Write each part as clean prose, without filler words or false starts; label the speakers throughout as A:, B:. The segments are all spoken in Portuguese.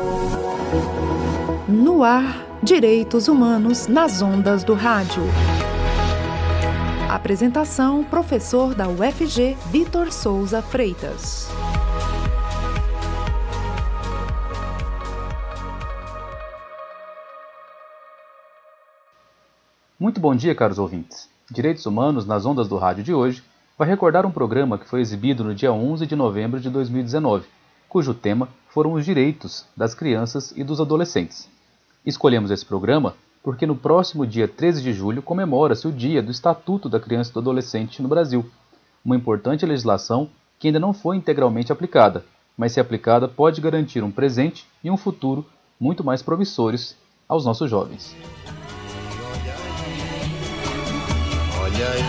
A: No ar, Direitos Humanos nas ondas do rádio. Apresentação, professor da UFG, Vitor Souza Freitas.
B: Muito bom dia, caros ouvintes. Direitos Humanos nas ondas do rádio de hoje vai recordar um programa que foi exibido no dia 11 de novembro de 2019, cujo tema foram os direitos das crianças e dos adolescentes. Escolhemos esse programa porque no próximo dia 13 de julho comemora-se o Dia do Estatuto da Criança e do Adolescente no Brasil, uma importante legislação que ainda não foi integralmente aplicada, mas se aplicada pode garantir um presente e um futuro muito mais promissores aos nossos jovens.
C: Olha aí,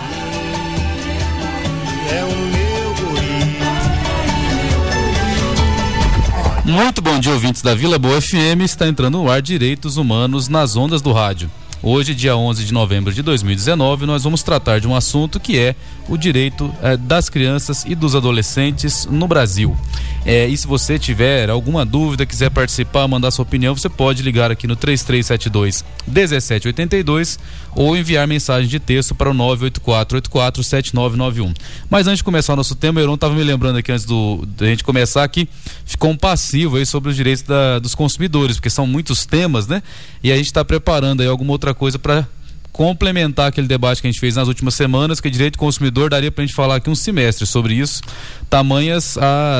C: é o meu guri.
D: Muito bom dia, ouvintes da Vila Boa FM. Está entrando no ar Direitos Humanos nas ondas do rádio. Hoje, dia 11 de novembro de 2019, nós vamos tratar de um assunto que é o direito das crianças e dos adolescentes no Brasil. E se você tiver alguma dúvida, quiser participar, mandar sua opinião, você pode ligar aqui no 3372-1782 ou enviar mensagem de texto para o 984847991. Mas antes de começar o nosso tema, eu não estava me lembrando aqui antes da gente começar aqui, ficou um passivo aí sobre os direitos dos consumidores, porque são muitos temas, né? E a gente está preparando aí alguma outra coisa para complementar aquele debate que a gente fez nas últimas semanas, que direito do consumidor daria pra gente falar aqui um semestre sobre isso, tamanhos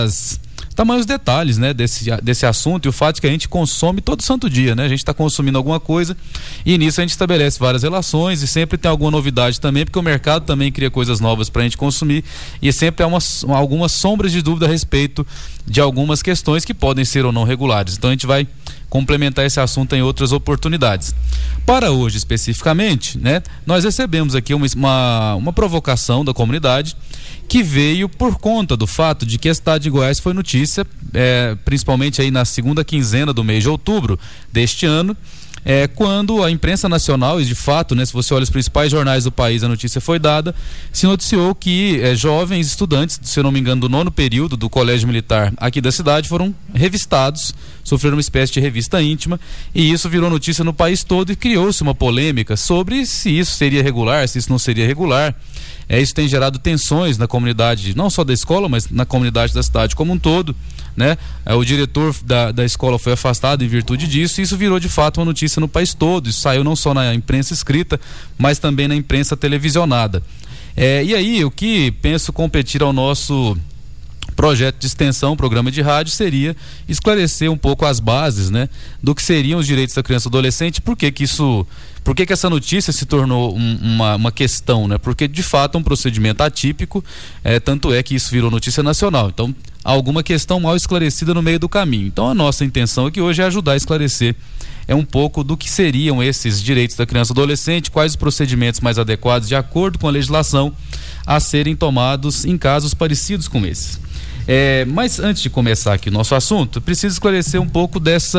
D: detalhes, né, desse assunto, e o fato de que a gente consome todo santo dia, né? A gente está consumindo alguma coisa e nisso a gente estabelece várias relações e sempre tem alguma novidade também, porque o mercado também cria coisas novas pra gente consumir e sempre há algumas sombras de dúvida a respeito de algumas questões que podem ser ou não regulares. Então a gente vai complementar esse assunto em outras oportunidades. Para hoje especificamente, né, nós recebemos aqui uma provocação da comunidade que veio por conta do fato de que a cidade de Goiás foi notícia, principalmente aí na segunda quinzena do mês de outubro deste ano, quando a imprensa nacional, e de fato, né, se você olha os principais jornais do país, a notícia foi dada, se noticiou que jovens estudantes, se eu não me engano, do 9º período do Colégio Militar aqui da cidade foram revistados, sofreram uma espécie de revista íntima, e isso virou notícia no país todo e criou-se uma polêmica sobre se isso seria regular, se isso não seria regular. Isso tem gerado tensões na comunidade, não só da escola, mas na comunidade da cidade como um todo, né? O diretor da escola foi afastado em virtude disso, e isso virou de fato uma notícia no país todo. Isso saiu não só na imprensa escrita, mas também na imprensa televisionada. E aí, o que penso competir ao nosso projeto de extensão, programa de rádio, seria esclarecer um pouco as bases, né, do que seriam os direitos da criança e do adolescente. Por que essa notícia se tornou uma questão, né? Porque de fato é um procedimento atípico, tanto é que isso virou notícia nacional. Então, há alguma questão mal esclarecida no meio do caminho. Então, a nossa intenção aqui hoje é ajudar a esclarecer um pouco do que seriam esses direitos da criança e do adolescente, quais os procedimentos mais adequados de acordo com a legislação a serem tomados em casos parecidos com esses. Mas antes de começar aqui o nosso assunto, preciso esclarecer um pouco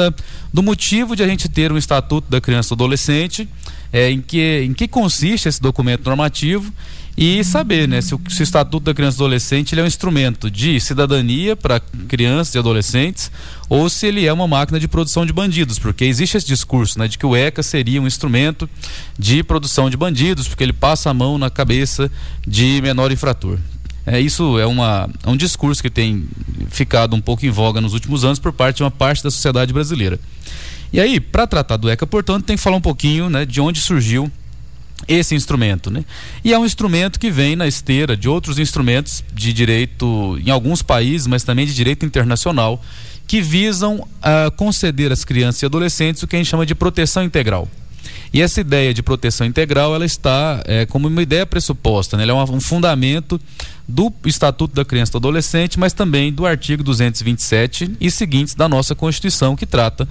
D: do motivo de a gente ter um Estatuto da Criança e do Adolescente, em que consiste esse documento normativo, e saber, né, se o Estatuto da Criança e do Adolescente ele é um instrumento de cidadania para crianças e adolescentes, ou se ele é uma máquina de produção de bandidos, porque existe esse discurso, né, de que o ECA seria um instrumento de produção de bandidos, porque ele passa a mão na cabeça de menor infrator. Isso é um discurso que tem ficado um pouco em voga nos últimos anos por parte de uma parte da sociedade brasileira. E aí, para tratar do ECA, portanto, tem que falar um pouquinho, né, de onde surgiu esse instrumento, né? E é um instrumento que vem na esteira de outros instrumentos de direito em alguns países, mas também de direito internacional, que visam conceder às crianças e adolescentes o que a gente chama de proteção integral. E essa ideia de proteção integral, ela está como uma ideia pressuposta, né? Ela é um fundamento do Estatuto da Criança e do Adolescente, mas também do artigo 227 e seguintes da nossa Constituição, que trata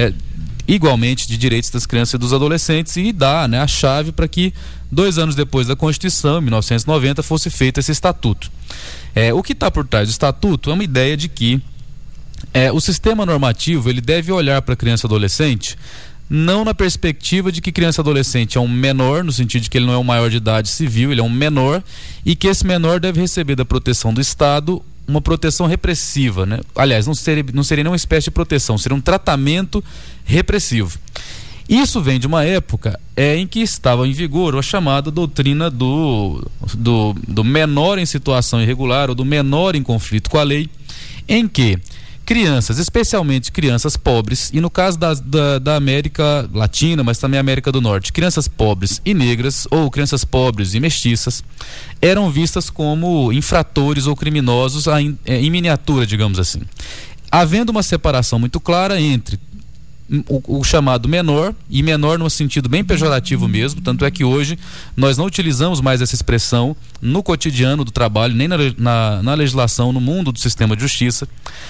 D: igualmente de direitos das crianças e dos adolescentes, e dá, né, a chave para que 2 anos depois da Constituição, em 1990, fosse feito esse Estatuto. O que está por trás do Estatuto é uma ideia de que o sistema normativo ele deve olhar para a criança e adolescente não na perspectiva de que criança e adolescente é um menor, no sentido de que ele não é um maior de idade civil, ele é um menor, e que esse menor deve receber da proteção do Estado uma proteção repressiva, né? Aliás, não seria nenhuma espécie de proteção, seria um tratamento repressivo. Isso vem de uma época em que estava em vigor a chamada doutrina do menor em situação irregular ou do menor em conflito com a lei, em que crianças, especialmente crianças pobres, e no caso da América Latina, mas também América do Norte, crianças pobres e negras, ou crianças pobres e mestiças, eram vistas como infratores ou criminosos em miniatura, digamos assim. Havendo uma separação muito clara entre o chamado menor, e menor no sentido bem pejorativo mesmo, tanto é que hoje nós não utilizamos mais essa expressão no cotidiano do trabalho, nem na legislação, no mundo do sistema de justiça.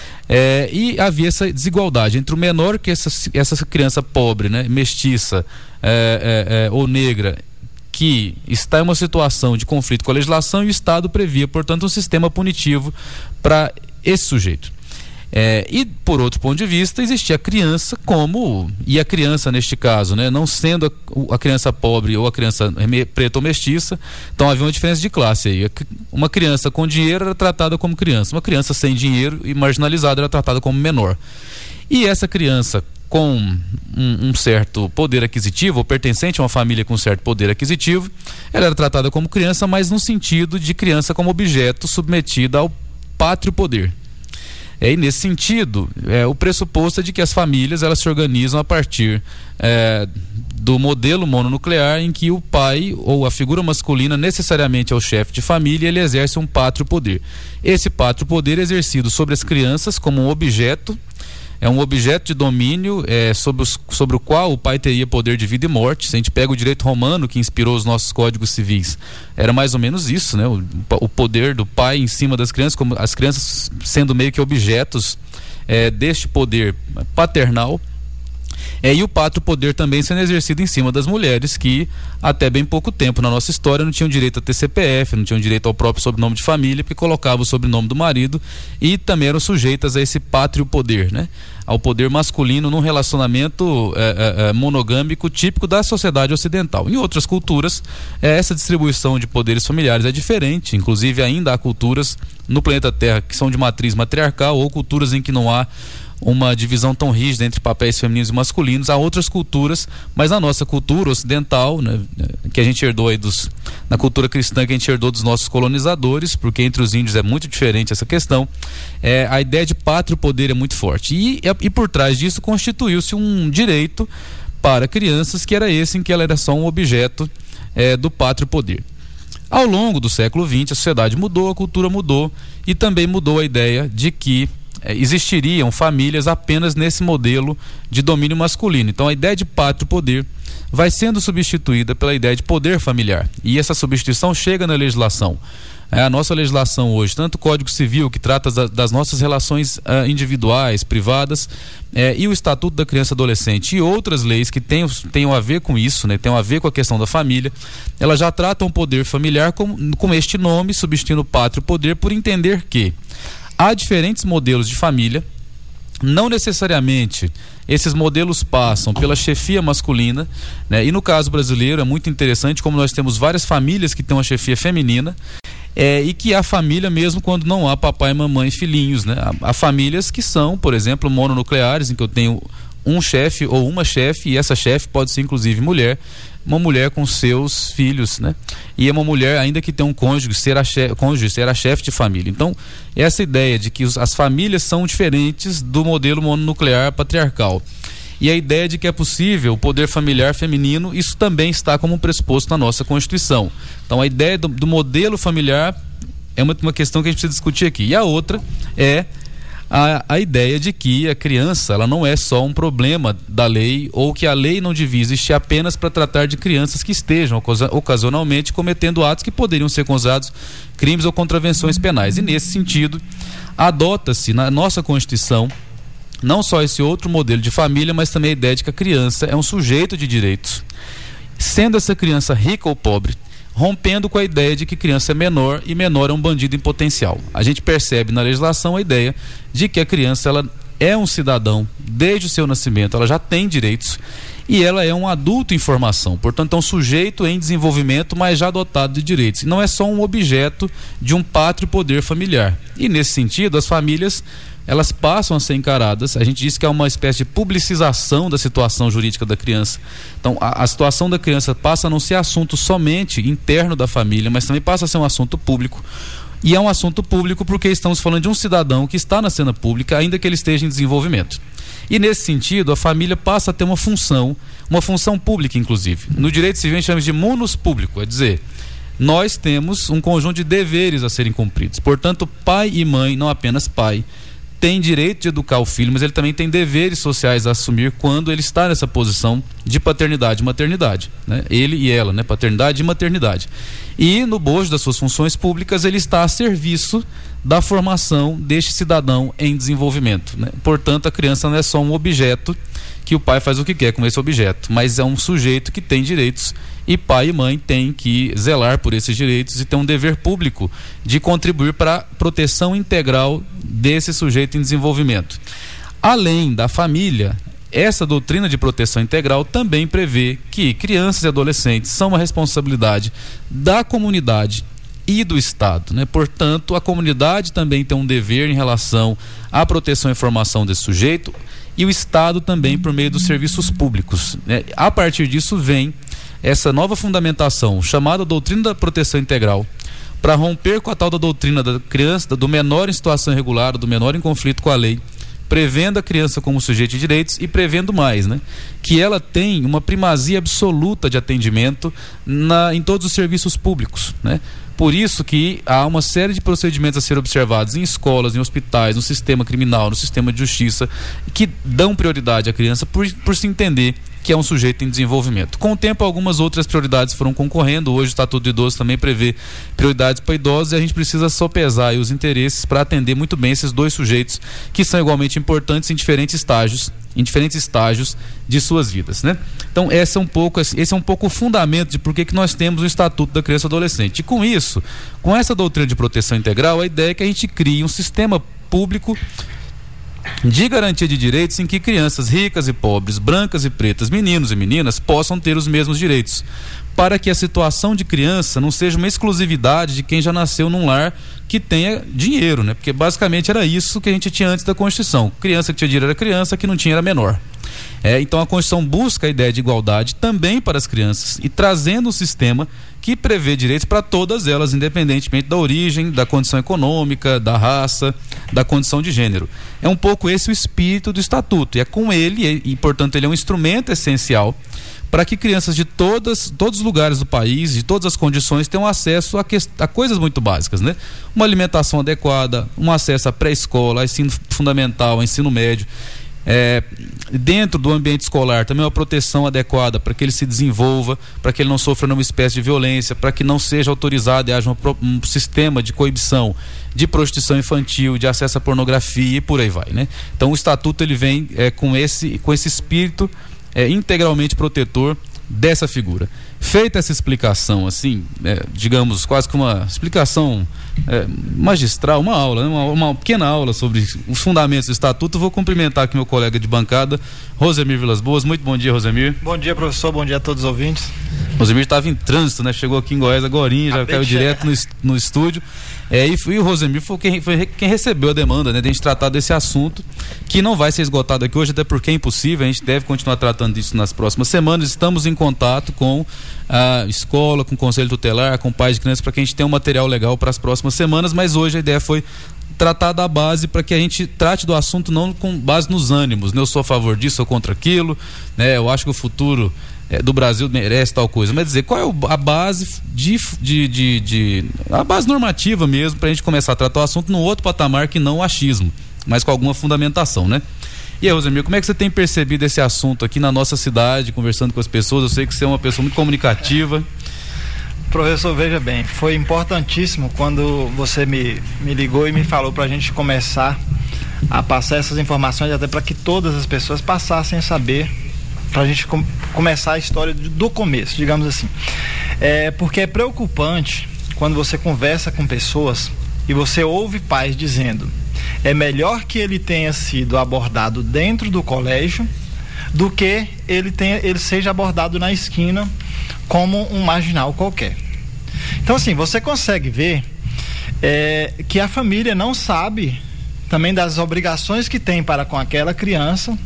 D: E havia essa desigualdade entre o menor, que essa criança pobre, né, mestiça ou negra, que está em uma situação de conflito com a legislação, e o Estado previa, portanto, um sistema punitivo para esse sujeito. E por outro ponto de vista, existia a criança e a criança neste caso, né, não sendo a criança pobre ou a criança preta ou mestiça, então havia uma diferença de classe aí. Uma criança com dinheiro era tratada como criança, uma criança sem dinheiro e marginalizada era tratada como menor. E essa criança com um certo poder aquisitivo, ou pertencente a uma família com certo poder aquisitivo, ela era tratada como criança, mas no sentido de criança como objeto submetida ao pátrio poder. E nesse sentido, o pressuposto é de que as famílias elas se organizam a partir do modelo mononuclear, em que o pai ou a figura masculina necessariamente é o chefe de família, e ele exerce um pátrio poder. Esse pátrio poder é exercido sobre as crianças como um objeto, um objeto de domínio sobre o qual o pai teria poder de vida e morte. Se a gente pega o direito romano que inspirou os nossos códigos civis, era mais ou menos isso, né? O poder do pai em cima das crianças, como as crianças sendo meio que objetos deste poder paternal. E o pátrio poder também sendo exercido em cima das mulheres, que até bem pouco tempo na nossa história não tinham direito a ter CPF, não tinham direito ao próprio sobrenome de família, porque colocavam o sobrenome do marido, e também eram sujeitas a esse pátrio poder, né? Ao poder masculino num relacionamento monogâmico típico da sociedade ocidental. Em outras culturas, essa distribuição de poderes familiares é diferente. Inclusive ainda há culturas no planeta Terra que são de matriz matriarcal, ou culturas em que não há uma divisão tão rígida entre papéis femininos e masculinos. Há outras culturas, mas na nossa cultura ocidental, né, que a gente herdou aí na cultura cristã, que a gente herdou dos nossos colonizadores, porque entre os índios é muito diferente essa questão, a ideia de pátrio poder é muito forte, e por trás disso constituiu-se um direito para crianças, que era esse, em que ela era só um objeto do pátrio poder. Ao longo do século XX, a sociedade mudou, a cultura mudou, e também mudou a ideia de que existiriam famílias apenas nesse modelo de domínio masculino. Então a ideia de pátrio poder vai sendo substituída pela ideia de poder familiar, e essa substituição chega na legislação. A nossa legislação hoje, tanto o Código Civil, que trata das nossas relações individuais, privadas, e o Estatuto da Criança e Adolescente, e outras leis que tenham a ver com isso, né, tenham a ver com a questão da família, elas já tratam o poder familiar com este nome, substituindo o pátrio poder, por entender que há diferentes modelos de família. Não necessariamente esses modelos passam pela chefia masculina, né? E no caso brasileiro é muito interessante como nós temos várias famílias que têm uma chefia feminina, e que há família mesmo quando não há papai, mamãe e filhinhos, né? Há famílias que são, por exemplo, mononucleares, em que eu tenho um chefe ou uma chefe, e essa chefe pode ser inclusive uma mulher com seus filhos, né? E é uma mulher ainda que tem um cônjuge, ser a chefe de família. Então, essa ideia de que as famílias são diferentes do modelo mononuclear patriarcal, e a ideia de que é possível o poder familiar feminino, isso também está como um pressuposto na nossa Constituição. Então, a ideia do modelo familiar é uma questão que a gente precisa discutir aqui. E a outra é a ideia de que a criança ela não é só um problema da lei, ou que a lei não devia existir apenas para tratar de crianças que estejam ocasionalmente cometendo atos que poderiam ser considerados crimes ou contravenções penais. E nesse sentido, adota-se na nossa Constituição não só esse outro modelo de família, mas também a ideia de que a criança é um sujeito de direitos, sendo essa criança rica ou pobre, rompendo com a ideia de que criança é menor, e menor é um bandido em potencial. A gente percebe na legislação a ideia de que a criança ela é um cidadão desde o seu nascimento, ela já tem direitos, e ela é um adulto em formação, portanto é um sujeito em desenvolvimento, mas já dotado de direitos, e não é só um objeto de um pátrio poder familiar. E nesse sentido, as famílias, elas passam a ser encaradas, a gente diz que é uma espécie de publicização da situação jurídica da criança. Então a situação da criança passa a não ser assunto somente interno da família, mas também passa a ser um assunto público. E é um assunto público porque estamos falando de um cidadão que está na cena pública, ainda que ele esteja em desenvolvimento. E nesse sentido, a família passa a ter uma função pública, inclusive. No direito civil a gente chama de munus público, é dizer, nós temos um conjunto de deveres a serem cumpridos. Portanto, pai e mãe, não apenas pai, tem direito de educar o filho, mas ele também tem deveres sociais a assumir quando ele está nessa posição de paternidade e maternidade, né? Ele e ela, né? Paternidade e maternidade. E no bojo das suas funções públicas, ele está a serviço da formação deste cidadão em desenvolvimento, né? Portanto, a criança não é só um objeto que o pai faz o que quer com esse objeto, mas é um sujeito que tem direitos, e pai e mãe têm que zelar por esses direitos e ter um dever público de contribuir para a proteção integral desse sujeito em desenvolvimento. Além da família, essa doutrina de proteção integral também prevê que crianças e adolescentes são uma responsabilidade da comunidade e do Estado, né? Portanto, a comunidade também tem um dever em relação à proteção e formação desse sujeito, e o Estado também por meio dos serviços públicos, né? A partir disso vem essa nova fundamentação chamada doutrina da proteção integral, para romper com a tal da doutrina da criança, do menor em situação irregular, do menor em conflito com a lei, prevendo a criança como sujeito de direitos e prevendo mais, né? Que ela tem uma primazia absoluta de atendimento em todos os serviços públicos, né? Por isso que há uma série de procedimentos a ser observados em escolas, em hospitais, no sistema criminal, no sistema de justiça, que dão prioridade à criança por se entender que é um sujeito em desenvolvimento. Com o tempo, algumas outras prioridades foram concorrendo. Hoje o Estatuto do Idoso também prevê prioridades para idosos, e a gente precisa sopesar aí os interesses para atender muito bem esses dois sujeitos que são igualmente importantes em diferentes estágios de suas vidas, né? Então esse é um pouco o fundamento de por que nós temos o Estatuto da Criança e do Adolescente. E com isso, com essa doutrina de proteção integral, a ideia é que a gente crie um sistema público de garantia de direitos em que crianças ricas e pobres, brancas e pretas, meninos e meninas possam ter os mesmos direitos, para que a situação de criança não seja uma exclusividade de quem já nasceu num lar que tenha dinheiro, né? Porque basicamente era isso que a gente tinha antes da Constituição. Criança que tinha dinheiro era criança, que não tinha era menor. Então a Constituição busca a ideia de igualdade também para as crianças, e trazendo um sistema que prevê direitos para todas elas, independentemente da origem, da condição econômica, da raça, da condição de gênero. É um pouco esse o espírito do Estatuto, e é com ele, e portanto ele é um instrumento essencial para que crianças de todos os lugares do país, de todas as condições, tenham acesso a coisas muito básicas, né? Uma alimentação adequada, um acesso à pré-escola, a ensino fundamental, a ensino médio. Dentro do ambiente escolar também uma proteção adequada para que ele se desenvolva, para que ele não sofra nenhuma espécie de violência, para que não seja autorizado e haja um sistema de coibição de prostituição infantil, de acesso à pornografia e por aí vai, né? Então o Estatuto ele vem com esse espírito integralmente protetor dessa figura. Feita essa explicação, assim, digamos, quase que uma explicação magistral, uma aula, né? uma pequena aula sobre os fundamentos do Estatuto, vou cumprimentar aqui meu colega de bancada, Rosemir Vilas Boas. Muito bom dia, Rosemir.
E: Bom dia, professor, bom dia a todos os ouvintes.
D: Rosemir estava em trânsito, né? Chegou aqui em Goiás agorinha, já caiu direto no estúdio. E o Rosemir foi quem recebeu a demanda, né, de a gente tratar desse assunto, que não vai ser esgotado aqui hoje, até porque é impossível. A gente deve continuar tratando disso nas próximas semanas. Estamos em contato com a escola, com o conselho tutelar, com pais de crianças, para que a gente tenha um material legal para as próximas semanas, mas hoje a ideia foi tratar da base, para que a gente trate do assunto não com base nos ânimos, né? Eu sou a favor disso ou contra aquilo, né? Eu acho que o futuro do Brasil merece tal coisa, mas dizer qual é a base a base normativa mesmo, para a gente começar a tratar o assunto num outro patamar que não o achismo, mas com alguma fundamentação, né? E aí, Rosemir, como é que você tem percebido esse assunto aqui na nossa cidade, conversando com as pessoas? Eu sei que você é uma pessoa muito comunicativa.
E: Professor, veja bem, foi importantíssimo quando você me ligou e me falou para a gente começar a passar essas informações, até para que todas as pessoas passassem a saber, para a gente começar a história do começo, digamos assim. Porque é preocupante quando você conversa com pessoas e você ouve pais dizendo: é melhor que ele tenha sido abordado dentro do colégio do que ele seja abordado na esquina como um marginal qualquer. Então, assim, você consegue ver que a família não sabe também das obrigações que tem para com aquela criança,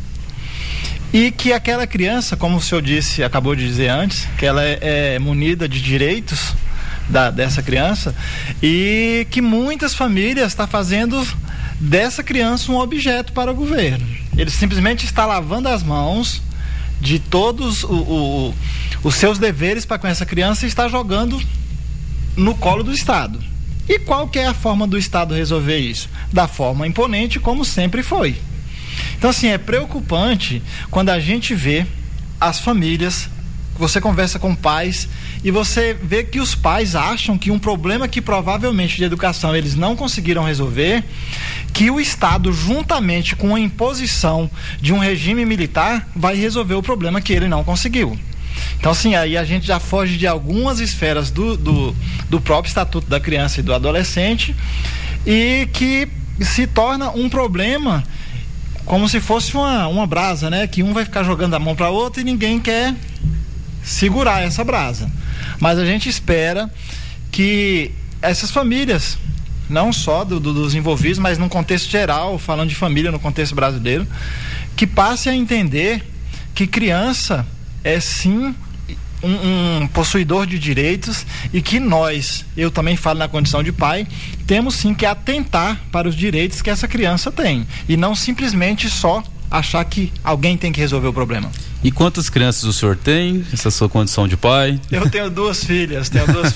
E: e que aquela criança, como o senhor acabou de dizer antes, que ela é munida de direitos dessa criança, e que muitas famílias estão fazendo dessa criança um objeto para o governo. Ele simplesmente está lavando as mãos de todos os seus deveres para com essa criança e está jogando no colo do Estado. E qual que é a forma do Estado resolver isso? Da forma imponente, como sempre foi. Então, assim, é preocupante quando a gente vê as famílias, você conversa com pais e você vê que os pais acham que um problema que provavelmente de educação eles não conseguiram resolver, que o Estado, juntamente com a imposição de um regime militar, vai resolver o problema que ele não conseguiu. Então, assim, aí a gente já foge de algumas esferas do próprio Estatuto da Criança e do Adolescente, e que se torna um problema como se fosse uma brasa, né? Que um vai ficar jogando a mão para outro e ninguém quer segurar essa brasa. Mas a gente espera que essas famílias, não só dos envolvidos, mas num contexto geral, falando de família no contexto brasileiro, que passe a entender que criança é sim um possuidor de direitos, e que nós, eu também falo na condição de pai, temos sim que atentar para os direitos que essa criança tem, e não simplesmente só achar que alguém tem que resolver o problema.
D: E quantas crianças o senhor tem, essa sua condição de pai?
E: Eu tenho duas filhas,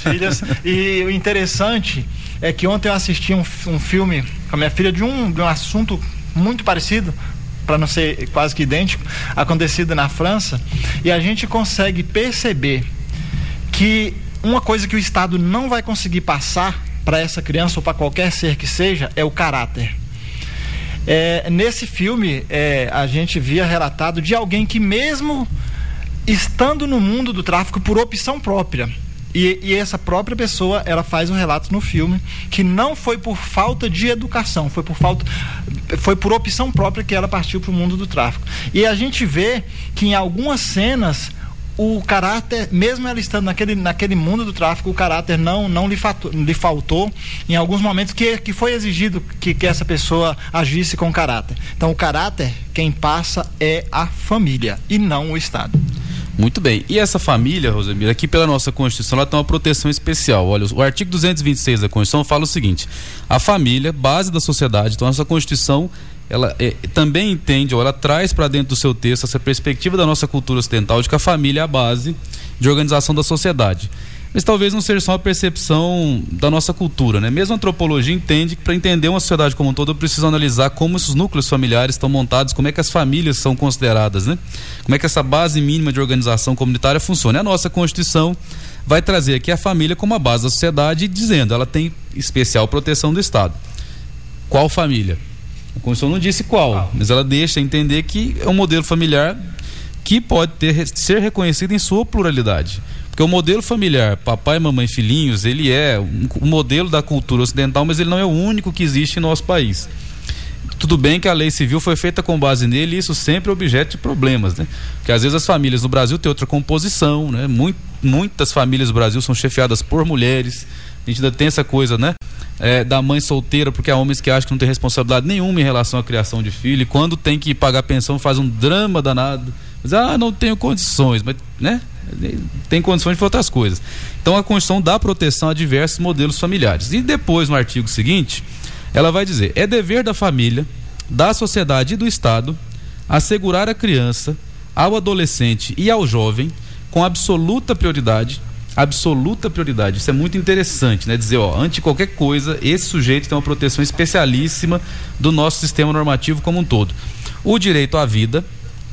E: e o interessante é que ontem eu assisti um filme com a minha filha de um assunto muito parecido, para não ser quase que idêntico, acontecido na França, e a gente consegue perceber que uma coisa que o Estado não vai conseguir passar para essa criança ou para qualquer ser que seja é o caráter. Nesse filme a gente via relatado de alguém que, mesmo estando no mundo do tráfico por opção própria, e essa própria pessoa, ela faz um relato no filme que não foi por falta de educação, foi por opção própria que ela partiu para o mundo do tráfico. E a gente vê que em algumas cenas o caráter, mesmo ela estando naquele mundo do tráfico, o caráter não lhe faltou em alguns momentos, que foi exigido que essa pessoa agisse com caráter. Então o caráter, quem passa é a família e não o Estado.
D: Muito bem. E essa família, Rosemira, aqui pela nossa Constituição, ela tem uma proteção especial. Olha, o artigo 226 da Constituição fala o seguinte: a família, base da sociedade. Então, a nossa Constituição, ela também entende, ou ela traz para dentro do seu texto essa perspectiva da nossa cultura ocidental de que a família é a base de organização da sociedade. Mas talvez não seja só uma percepção da nossa cultura, né? Mesmo a antropologia entende que para entender uma sociedade como um todo, eu preciso analisar como esses núcleos familiares estão montados, como é que as famílias são consideradas, né? Como é que essa base mínima de organização comunitária funciona. A nossa Constituição vai trazer aqui a família como a base da sociedade, dizendo, ela tem especial proteção do Estado. Qual família? A Constituição não disse qual, mas ela deixa entender que é um modelo familiar que pode ser reconhecido em sua pluralidade. Porque o modelo familiar, papai, mamãe, filhinhos, ele é um modelo da cultura ocidental, mas ele não é o único que existe em nosso país. Tudo bem que a lei civil foi feita com base nele, e isso sempre é objeto de problemas, né? Porque às vezes as famílias no Brasil têm outra composição, né? Muitas famílias do Brasil são chefiadas por mulheres. A gente ainda tem essa coisa, né? Da mãe solteira, porque há homens que acham que não tem responsabilidade nenhuma em relação à criação de filho, e quando tem que pagar pensão faz um drama danado. Mas, não tenho condições, mas, né? Tem condições de outras coisas. Então a Constituição dá proteção a diversos modelos familiares. E depois, no artigo seguinte, ela vai dizer: é dever da família, da sociedade e do Estado assegurar à criança, ao adolescente e ao jovem, com absoluta prioridade, isso é muito interessante, né? Dizer, antes de qualquer coisa, esse sujeito tem uma proteção especialíssima do nosso sistema normativo como um todo. O direito à vida,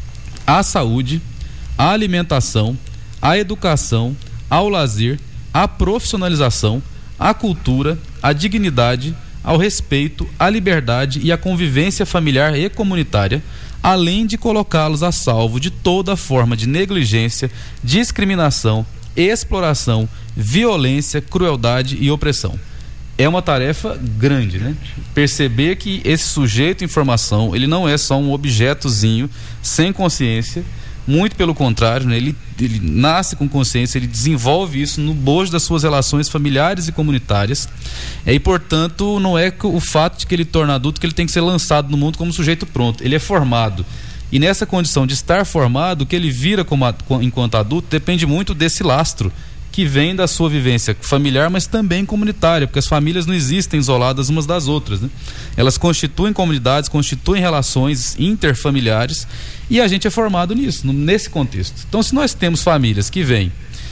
D: à saúde, à alimentação, à educação, ao lazer, à profissionalização, à cultura, à dignidade, ao respeito, à liberdade e à convivência familiar e comunitária, além de colocá-los a salvo de toda forma de negligência, discriminação, exploração, violência, crueldade e opressão. é uma tarefa grande, né? Perceber que esse sujeito em formação, ele não é só um objetozinho sem consciência, muito pelo contrário, né? Ele nasce com consciência, ele desenvolve isso no bojo das suas relações familiares e comunitárias, e portanto não é o fato de que ele torna adulto que ele tem que ser lançado no mundo como sujeito pronto, ele é formado. E nessa condição de estar formado, o que ele vira enquanto adulto depende muito desse lastro que vem da sua vivência familiar, mas também comunitária, porque as famílias não existem isoladas umas das outras, né? Elas constituem comunidades, constituem relações interfamiliares, e a gente é formado nisso, nesse contexto. Então, se nós temos famílias que vêm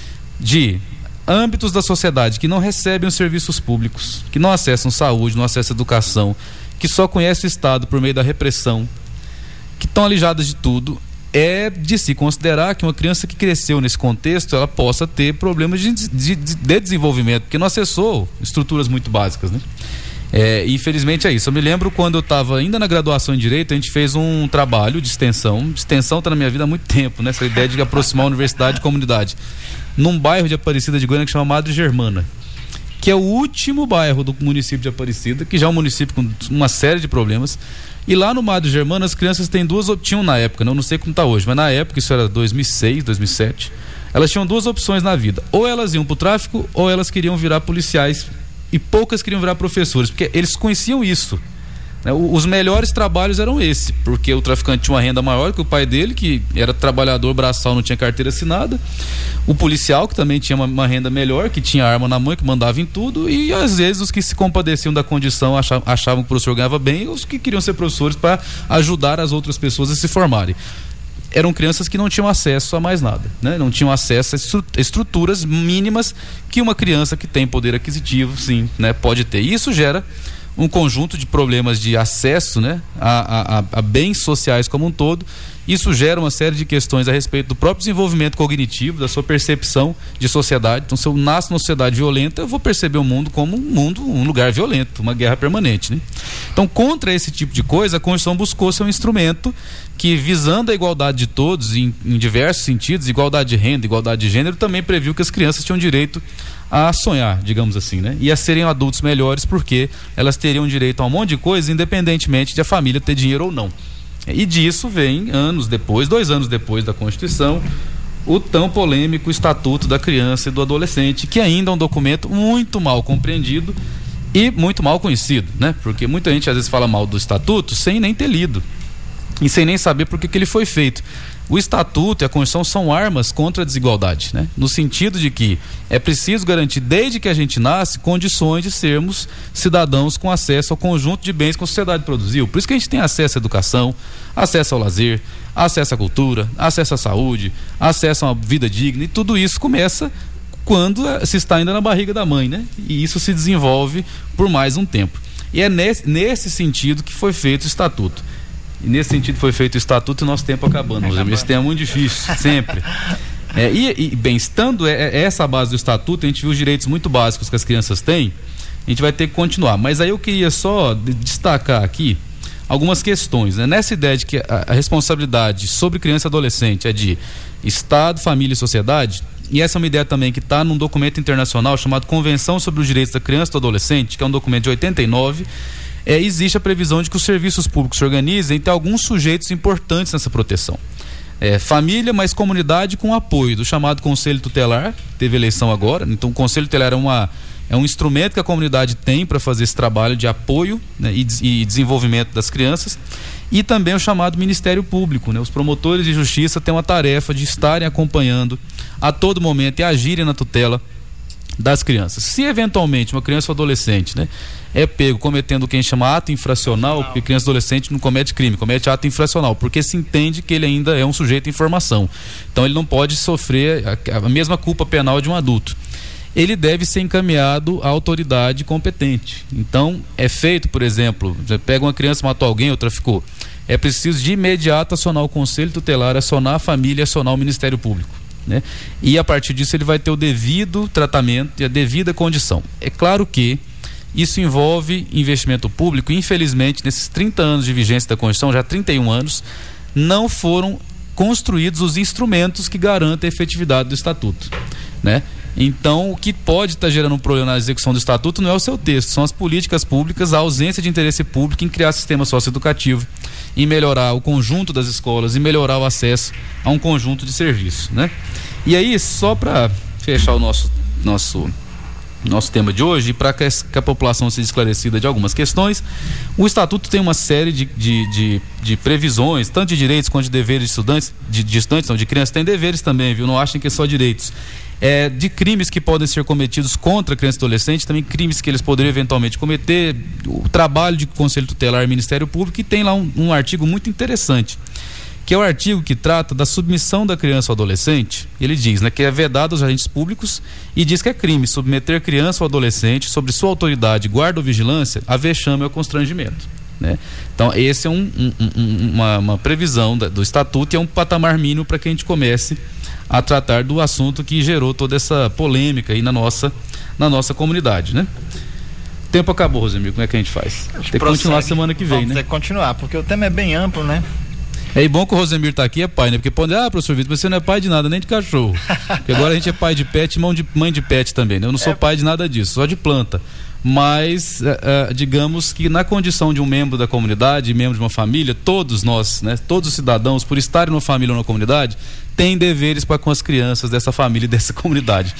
D: de âmbitos da sociedade que não recebem os serviços públicos, que não acessam saúde, não acessam educação, que só conhecem o Estado por meio da repressão, que estão alijadas de tudo, é de se considerar que uma criança que cresceu nesse contexto, ela possa ter problemas de desenvolvimento, porque não acessou estruturas muito básicas, né? Infelizmente é isso. Eu me lembro quando eu estava ainda na graduação em Direito, a gente fez um trabalho de extensão. Extensão está na minha vida há muito tempo, né? Essa ideia de aproximar a universidade e comunidade. Num bairro de Aparecida de Goiânia que chama Madre Germana, que é o último bairro do município de Aparecida, que já é um município com uma série de problemas. E lá no Madre Germana as crianças tinham na época, não sei como está hoje, mas na época, isso era 2006, 2007, elas tinham duas opções na vida: ou elas iam para o tráfico, ou elas queriam virar policiais, e poucas queriam virar professores, porque eles conheciam isso, né? Os melhores trabalhos eram esse, porque o traficante tinha uma renda maior que o pai dele, que era trabalhador braçal, não tinha carteira assinada, o policial, que também tinha uma renda melhor, que tinha arma na mão, que mandava em tudo, e às vezes os que se compadeciam da condição achavam que o professor ganhava bem, e os que queriam ser professores para ajudar as outras pessoas a se formarem. Eram crianças que não tinham acesso a mais nada, né? Não tinham acesso a estruturas mínimas que uma criança que tem poder aquisitivo, sim, né, pode ter. E isso gera um conjunto de problemas de acesso, né, a bens sociais como um todo. Isso gera uma série de questões a respeito do próprio desenvolvimento cognitivo, da sua percepção de sociedade. Então, se eu nasço numa sociedade violenta, eu vou perceber o mundo como um lugar violento, uma guerra permanente, né? Então, contra esse tipo de coisa, a Constituição buscou ser um instrumento que, visando a igualdade de todos em diversos sentidos, igualdade de renda, igualdade de gênero, também previu que as crianças tinham direito a sonhar, digamos assim, né? E a serem adultos melhores, porque elas teriam direito a um monte de coisa, independentemente de a família ter dinheiro ou não. E disso vem 2 anos depois da Constituição, o tão polêmico Estatuto da Criança e do Adolescente, que ainda é um documento muito mal compreendido e muito mal conhecido, né? Porque muita gente às vezes fala mal do Estatuto sem nem ter lido e sem nem saber por que ele foi feito. O Estatuto e a Constituição são armas contra a desigualdade, né? No sentido de que é preciso garantir, desde que a gente nasce, condições de sermos cidadãos com acesso ao conjunto de bens que a sociedade produziu. Por isso que a gente tem acesso à educação, acesso ao lazer, acesso à cultura, acesso à saúde, acesso a uma vida digna, e tudo isso começa quando se está ainda na barriga da mãe, né? E isso se desenvolve por mais um tempo. E é nesse sentido que foi feito o Estatuto. E nesse sentido foi feito o Estatuto e nosso tempo acabando. Esse tema é muito difícil, sempre. Bem, estando essa a base do Estatuto, a gente viu os direitos muito básicos que as crianças têm, a gente vai ter que continuar. Mas aí eu queria só destacar aqui algumas questões, né? Nessa ideia de que a responsabilidade sobre criança e adolescente é de Estado, família e sociedade, e essa é uma ideia também que está num documento internacional chamado Convenção sobre os Direitos da Criança e do Adolescente, que é um documento de 89, existe a previsão de que os serviços públicos se organizem e tem alguns sujeitos importantes nessa proteção. Família, mas comunidade com apoio do chamado Conselho Tutelar, teve eleição agora, então o Conselho Tutelar é um instrumento que a comunidade tem para fazer esse trabalho de apoio, né, e desenvolvimento das crianças, e também o chamado Ministério Público, né? Os promotores de justiça têm uma tarefa de estarem acompanhando a todo momento e agirem na tutela das crianças. Se eventualmente uma criança ou adolescente, né, é pego cometendo o que a gente chama ato infracional, porque criança e adolescente não comete crime, comete ato infracional, porque se entende que ele ainda é um sujeito em formação, então ele não pode sofrer a mesma culpa penal de um adulto. Ele deve ser encaminhado à autoridade competente. Então é feito, por exemplo, você pega uma criança, matou alguém ou traficou, é preciso de imediato acionar o Conselho Tutelar, acionar a família, acionar o Ministério Público, né? E a partir disso ele vai ter o devido tratamento e a devida condição. É claro que isso envolve investimento público. Infelizmente, nesses 30 anos de vigência da Constituição, já 31 anos, não foram construídos os instrumentos que garantem a efetividade do Estatuto, né? Então, o que pode estar gerando um problema na execução do estatuto não é o seu texto, são as políticas públicas, a ausência de interesse público em criar sistema socioeducativo, em melhorar o conjunto das escolas, em melhorar o acesso a um conjunto de serviços, né? E aí, só para fechar o nosso tema de hoje, e para que a população seja esclarecida de algumas questões, o estatuto tem uma série de previsões, tanto de direitos quanto de deveres de estudantes, de crianças, tem deveres também, viu? Não achem que é só direitos. De crimes que podem ser cometidos contra criança e adolescente, também crimes que eles poderiam eventualmente cometer, o trabalho de Conselho Tutelar e Ministério Público, e tem lá um artigo muito interessante, que é o artigo que trata da submissão da criança ou adolescente. Ele diz, né, que é vedado aos agentes públicos e diz que é crime submeter criança ou adolescente sob sua autoridade, guarda ou vigilância a vexame ou constrangimento, né? Então esse é uma previsão do estatuto, e é um patamar mínimo para que a gente comece a tratar do assunto que gerou toda essa polêmica aí na nossa comunidade, né? O tempo acabou, Rosemir, como é que a gente faz? Tem que continuar semana que vem, né?
E: Tem que continuar, porque o tema é bem amplo, né?
D: É bom que o Rosemir tá aqui, é pai, né? Porque pode, professor Vitor, você não é pai de nada, nem de cachorro. Porque agora a gente é pai de pet e mãe de pet também, né? Eu não sou pai de nada disso, só de planta. Mas, digamos que na condição de um membro da comunidade, membro de uma família, todos nós, né? Todos os cidadãos, por estarem numa família ou numa comunidade, têm deveres para com as crianças dessa família e dessa comunidade.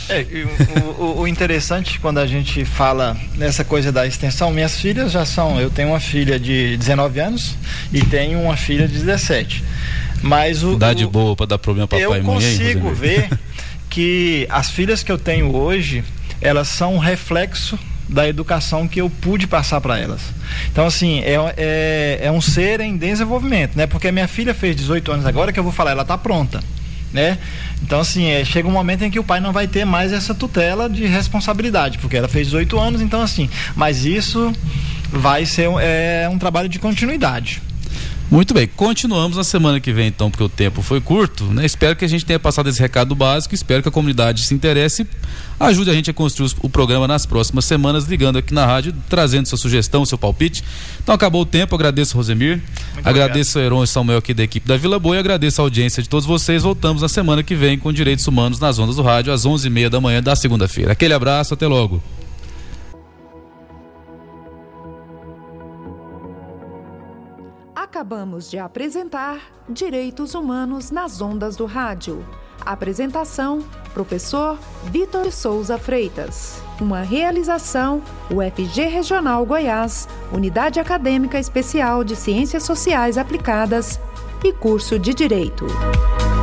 E: O interessante quando a gente fala nessa coisa da extensão, minhas filhas eu tenho uma filha de 19 anos e tenho uma filha de 17. Mas
D: idade boa para dar problema para pai e mãe.
E: Eu consigo ver que as filhas que eu tenho hoje, elas são um reflexo da educação que eu pude passar para elas. Então, assim, é um ser em desenvolvimento, né? Porque a minha filha fez 18 anos agora, que eu vou falar, ela tá pronta, né? Então, assim, chega um momento em que o pai não vai ter mais essa tutela de responsabilidade, porque ela fez 18 anos, então, assim, mas isso vai ser um trabalho de continuidade.
D: Muito bem, continuamos na semana que vem então, porque o tempo foi curto, né? Espero que a gente tenha passado esse recado básico, espero que a comunidade se interesse, ajude a gente a construir o programa nas próximas semanas, ligando aqui na rádio, trazendo sua sugestão, seu palpite. Então acabou o tempo, agradeço Rosemir, agradeço a Heron e Samuel aqui da equipe da Vila Boa, e agradeço a audiência de todos vocês. Voltamos na semana que vem com Direitos Humanos nas ondas do rádio, às 11h30 da manhã da segunda-feira. Aquele abraço, até logo.
A: Acabamos de apresentar Direitos Humanos nas ondas do rádio. Apresentação, professor Vitor de Souza Freitas. Uma realização, UFG Regional Goiás, Unidade Acadêmica Especial de Ciências Sociais Aplicadas e Curso de Direito.